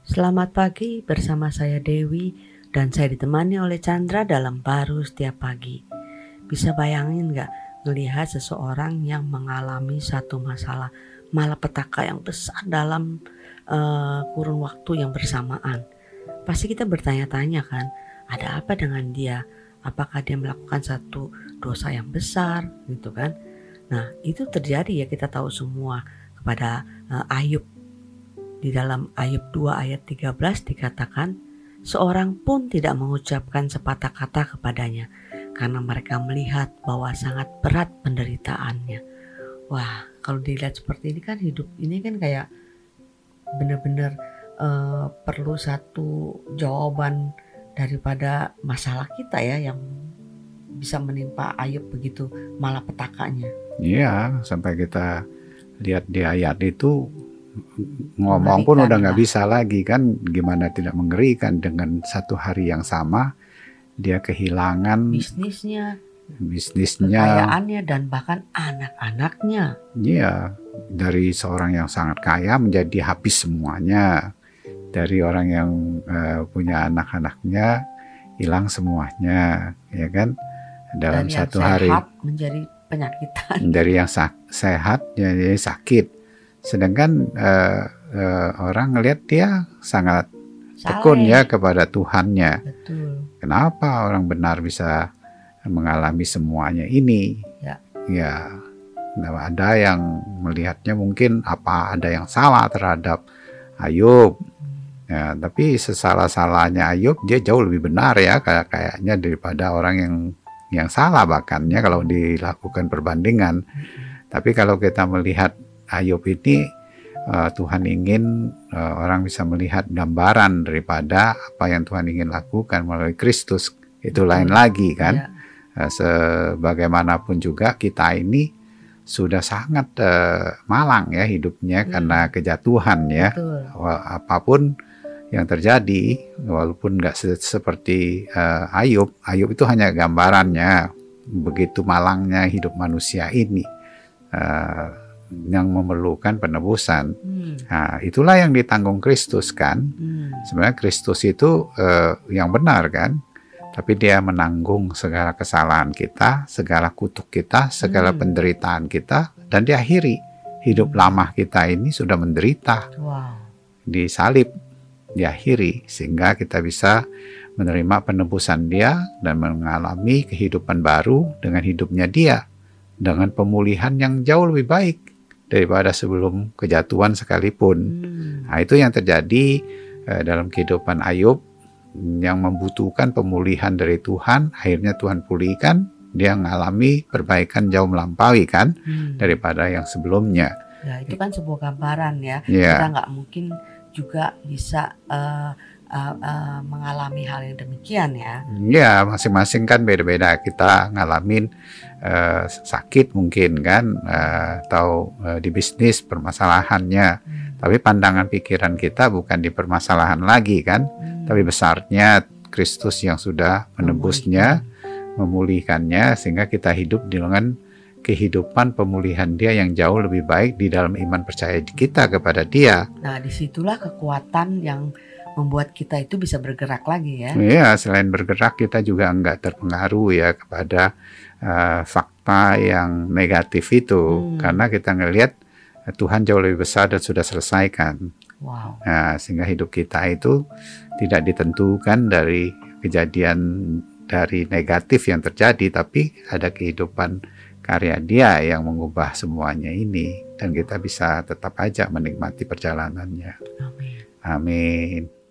Selamat pagi, bersama saya Dewi dan saya ditemani oleh Chandra dalam Baru Setiap Pagi. Bisa bayangin gak ngelihat seseorang yang mengalami satu masalah malapetaka yang besar dalam kurun waktu yang bersamaan? Pasti kita bertanya-tanya kan, ada apa dengan dia? Apakah dia melakukan satu dosa yang besar gitu kan? Nah, itu terjadi ya, kita tahu semua kepada Ayub. Di dalam Ayub 2 ayat 13 dikatakan, seorang pun tidak mengucapkan sepatah kata kepadanya, karena mereka melihat bahwa sangat berat penderitaannya. Wah, kalau dilihat seperti ini kan, hidup ini kan kayak benar-benar perlu satu jawaban daripada masalah kita ya, yang bisa menimpa Ayub begitu malapetakanya. Iya, sampai kita lihat di ayat itu ngomong pun udah nggak bisa lagi kan, gimana tidak mengerikan dengan satu hari yang sama dia kehilangan bisnisnya, kekayaannya, dan bahkan anak-anaknya. Iya, dari seorang yang sangat kaya menjadi habis semuanya, dari orang yang punya anak-anaknya hilang semuanya, ya kan, dalam satu hari. Menjadi penyakitan. Dari yang sehat jadi sakit. Sedangkan orang ngelihat dia sangat tekun ya kepada Tuhannya. Betul. Kenapa orang benar bisa mengalami semuanya ini? Ya, ada yang melihatnya mungkin ada yang salah terhadap Ayub. Ya, tapi sesalah-salahnya Ayub dia jauh lebih benar ya kayaknya daripada orang yang salah bahkannya kalau dilakukan perbandingan. Tapi kalau kita melihat Ayub ini, Tuhan ingin orang bisa melihat gambaran daripada apa yang Tuhan ingin lakukan melalui Kristus. Itu lain lagi kan. Sebagaimanapun juga kita ini sudah sangat malang ya hidupnya karena kejatuhan ya. Apapun yang terjadi, walaupun nggak seperti Ayub itu hanya gambarannya begitu malangnya hidup manusia ini yang memerlukan penebusan. Nah, itulah yang ditanggung Kristus kan. Sebenarnya Kristus itu yang benar kan, tapi dia menanggung segala kesalahan kita, segala kutuk kita, segala penderitaan kita, dan diakhiri hidup lama kita ini sudah menderita disalib, diakhiri sehingga kita bisa menerima penebusan dia dan mengalami kehidupan baru dengan hidupnya dia, dengan pemulihan yang jauh lebih baik daripada sebelum kejatuhan sekalipun. Nah, itu yang terjadi dalam kehidupan Ayub yang membutuhkan pemulihan dari Tuhan. Akhirnya Tuhan pulihkan, dia mengalami perbaikan jauh melampaui kan daripada yang sebelumnya. Ya, itu kan sebuah gambaran ya. Kita nggak mungkin juga bisa mengalami hal yang demikian ya. Ya, masing-masing kan beda-beda. Kita ngalamin sakit mungkin kan, atau di bisnis permasalahannya. Tapi pandangan pikiran kita bukan di permasalahan lagi kan, tapi besarnya Kristus yang sudah menebusnya, memulihkannya, sehingga kita hidup dengan kehidupan pemulihan dia yang jauh lebih baik di dalam iman percaya kita kepada dia. Nah, disitulah kekuatan yang membuat kita itu bisa bergerak lagi ya. Iya, selain bergerak kita juga enggak terpengaruh ya kepada fakta yang negatif itu, karena kita ngelihat Tuhan jauh lebih besar dan sudah selesaikan. Nah, sehingga hidup kita itu tidak ditentukan dari kejadian dari negatif yang terjadi, tapi ada kehidupan karya dia yang mengubah semuanya ini, dan kita bisa tetap aja menikmati perjalanannya. Amin. Amin.